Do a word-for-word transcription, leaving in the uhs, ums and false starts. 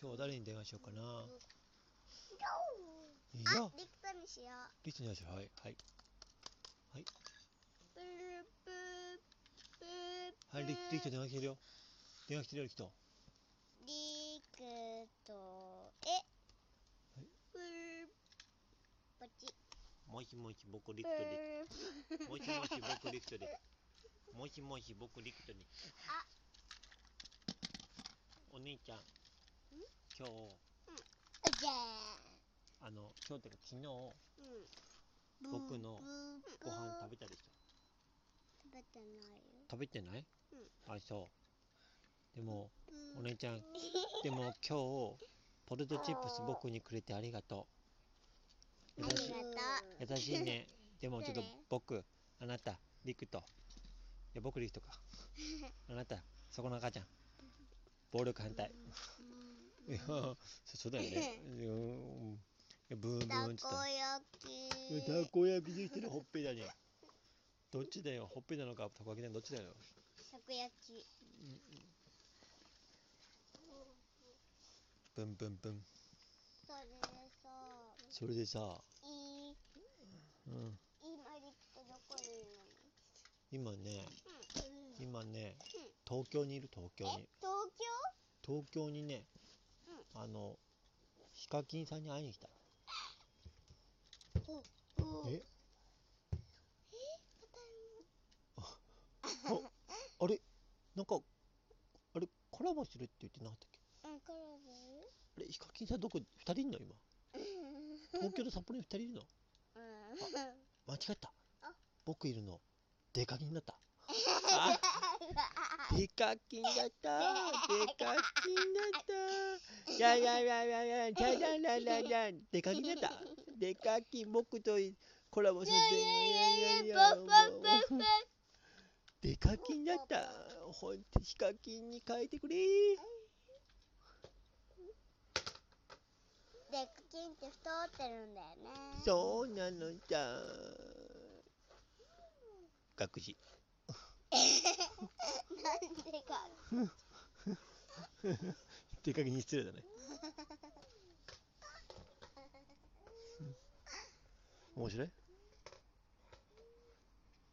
今日は誰に電話しようかな。いいあ、 よ。 リクトにしよう。 リクトにしよう。はいはいはい。 プルプープーはい、リクリクト電話来てるよ。電話来てるよ、リクト。 リクトえ、 はい、 プルポチ。 もしもし僕リクトです。もしもし僕リクトです。もしもし僕リクトです。 あ、 お姉ちゃん、今日、 うん、じゃあの、今日ってか昨日、 うん、 僕のご飯食べべたでしょ。 食べてないよ。 食べてない？ うん、 あ、そう。でも、おね姉ちゃん、でも今日、ポテトチップス僕にくれてありがとう。 ありがとう。 優しいね。でもちょっとどれ僕、あなた、リクト。いや、僕リクトか。あなた、そこの赤ちゃん。暴力反対。いや、そうだよね。うんブーンブたーンってこ言っ焼き。 た。たこ焼きできてるほっぺだね。どっちだよ、ほっぺなのか、たこ焼きなのどっちだよ。 たこ焼き。 ブンブンブン。 それでさ、 それでさ、 いい、 うん、 今リクトどこにいるの？ 今ね、 うん、 今ね、 うん、 東京にいる、東京え、 に。 東東京にね、 うん、 あの、ヒカキンさんに会いに来た。 京？お、お、 ええ、 あれなんか、あれ、コラボするって言ってなかったっけ？ うん、コラボあれ、ヒカキンさんどこ、ふたりいんの今。東京と札幌にふたりいるの？ うん。 間違った。 あ、 僕いるの、デカキンだった。あ、デカキンだった。デカキンだった。いやいやいやいやいや、じゃじゃじゃじゃじゃ、デカキンだった。デカキン、僕とコラボするって。いやいやいや、もうデカキンだった。ほんと、ヒカキンに変えてくれ。 で、キンって太ってるんだよね。 そうなのさ。学士。 なんでか。 デカキンに失礼だね。面白い？